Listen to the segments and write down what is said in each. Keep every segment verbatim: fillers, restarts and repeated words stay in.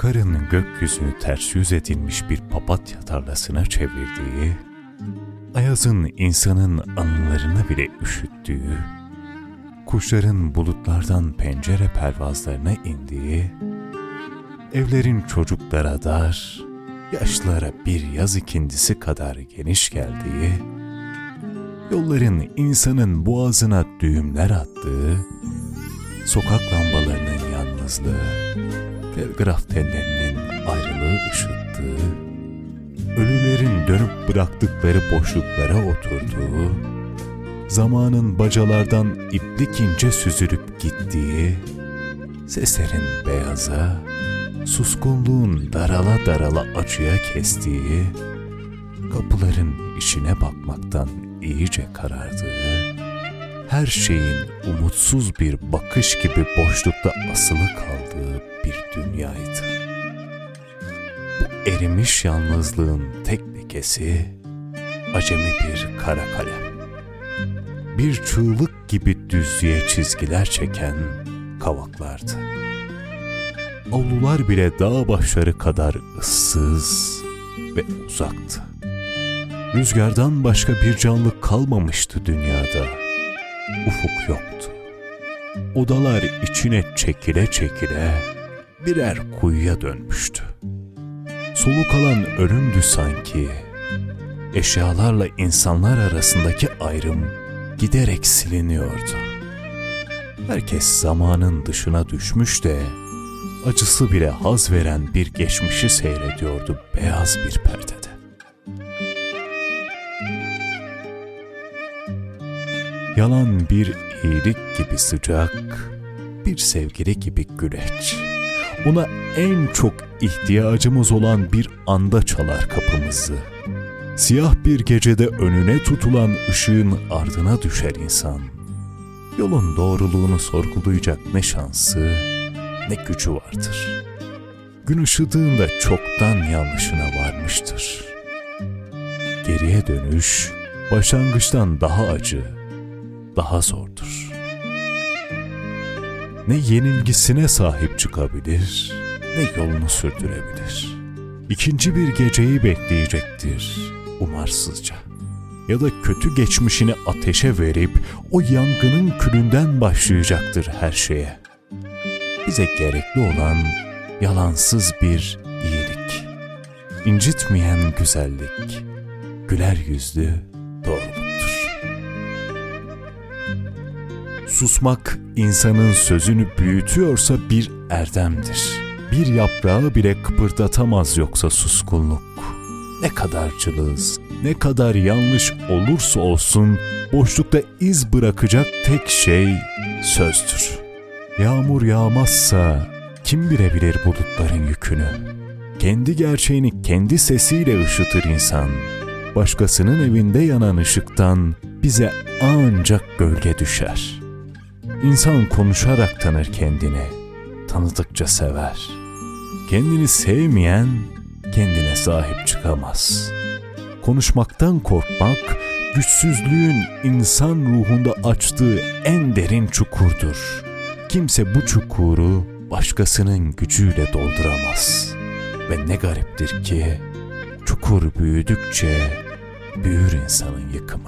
Bakar'ın gökyüzünü ters yüz edilmiş bir papatya tarlasına çevirdiği, ayazın insanın anılarını bile üşüttüğü, kuşların bulutlardan pencere pervazlarına indiği, evlerin çocuklara dar, yaşlılara bir yaz ikindisi kadar geniş geldiği, yolların insanın boğazına düğümler attığı, sokak lambalarının yalnızlığı, telgraf tellerinin ayrılığı ışıttığı, ölülerin dönüp bıraktıkları boşluklara oturduğu, zamanın bacalardan iplik ince süzülüp gittiği, seslerin beyaza, suskunluğun darala darala acıya kestiği, kapıların içine bakmaktan iyice karardığı, her şeyin umutsuz bir bakış gibi boşlukta asılı kaldığı bir dünyaydı. Bu erimiş yalnızlığın tek lekesi, acemi bir kara kalem. Bir çığlık gibi düzlüğe çizgiler çeken kavaklardı. Avlular bile dağ başları kadar ıssız ve uzaktı. Rüzgardan başka bir canlı kalmamıştı dünyada. Ufuk yoktu. Odalar içine çekile çekile birer kuyuya dönmüştü. Soluk alan ölümdü sanki. Eşyalarla insanlar arasındaki ayrım giderek siliniyordu. Herkes zamanın dışına düşmüş de acısı bile haz veren bir geçmişi seyrediyordu beyaz bir perdede. Yalan bir iyilik gibi sıcak, bir sevgili gibi güleç. Ona en çok ihtiyacımız olan bir anda çalar kapımızı. Siyah bir gecede önüne tutulan ışığın ardına düşer insan. Yolun doğruluğunu sorgulayacak ne şansı, ne gücü vardır. Gün ışıdığında çoktan yanlışına varmıştır. Geriye dönüş, başlangıçtan daha acı, daha zordur. Ne yenilgisine sahip çıkabilir, ne yolunu sürdürebilir. İkinci bir geceyi bekleyecektir umarsızca. Ya da kötü geçmişini ateşe verip o yangının külünden başlayacaktır her şeye. Bize gerekli olan yalansız bir iyilik, incitmeyen güzellik, güler yüzlü doğruluktur. Susmak insanın sözünü büyütüyorsa bir erdemdir. Bir yaprağı bile kıpırdatamaz yoksa suskunluk. Ne kadar cılız, ne kadar yanlış olursa olsun boşlukta iz bırakacak tek şey sözdür. Yağmur yağmazsa kim bilebilir bulutların yükünü? Kendi gerçeğini kendi sesiyle ışıtır insan. Başkasının evinde yanan ışıktan bize ancak gölge düşer. İnsan konuşarak tanır kendini, tanıdıkça sever. Kendini sevmeyen kendine sahip çıkamaz. Konuşmaktan korkmak, güçsüzlüğün insan ruhunda açtığı en derin çukurdur. Kimse bu çukuru başkasının gücüyle dolduramaz. Ve ne gariptir ki, çukur büyüdükçe büyür insanın yıkımı.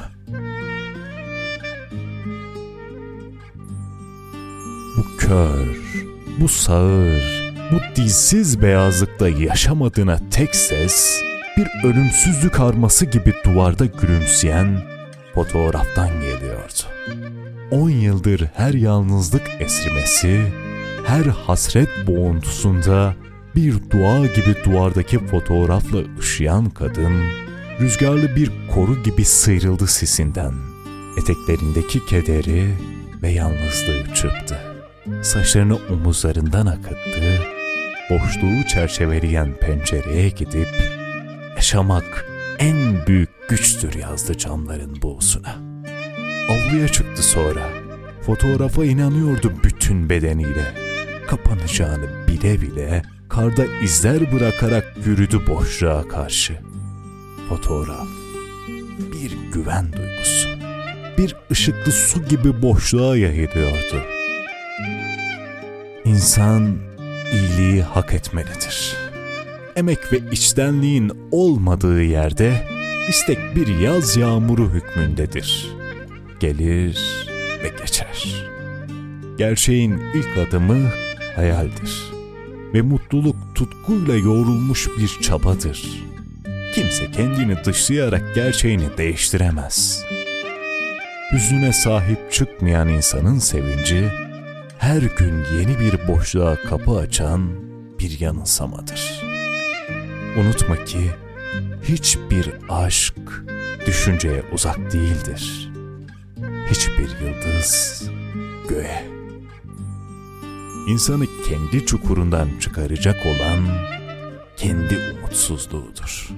Bu kör, bu sağır, bu dizsiz beyazlıkta yaşamadığına tek ses, bir ölümsüzlük arması gibi duvarda gülümseyen fotoğraftan geliyordu. On yıldır her yalnızlık esrimesi, her hasret boğuntusunda bir dua gibi duvardaki fotoğrafla ışıyan kadın, rüzgarlı bir koru gibi sıyrıldı sisinden. Eteklerindeki kederi ve yalnızlığı çırptı. Saçlarını omuzlarından akıttı, boşluğu çerçeveleyen pencereye gidip yaşamak en büyük güçtür yazdı camların buğusuna. Avluya çıktı sonra. Fotoğrafa inanıyordu bütün bedeniyle. Kapanacağını bile bile karda izler bırakarak yürüdü boşluğa karşı. Fotoğraf bir güven duygusu, bir ışıklı su gibi boşluğa yayılıyordu. İnsan iyiliği hak etmelidir. Emek ve içtenliğin olmadığı yerde istek bir yaz yağmuru hükmündedir. Gelir ve geçer. Gerçeğin ilk adımı hayaldir ve mutluluk tutkuyla yoğrulmuş bir çabadır. Kimse kendini dışlayarak gerçeğini değiştiremez. Hüznüne sahip çıkmayan insanın sevinci, her gün yeni bir boşluğa kapı açan bir yanılsamadır. Unutma ki hiçbir aşk düşünceye uzak değildir. Hiçbir yıldız göğe. İnsanı kendi çukurundan çıkaracak olan kendi umutsuzluğudur.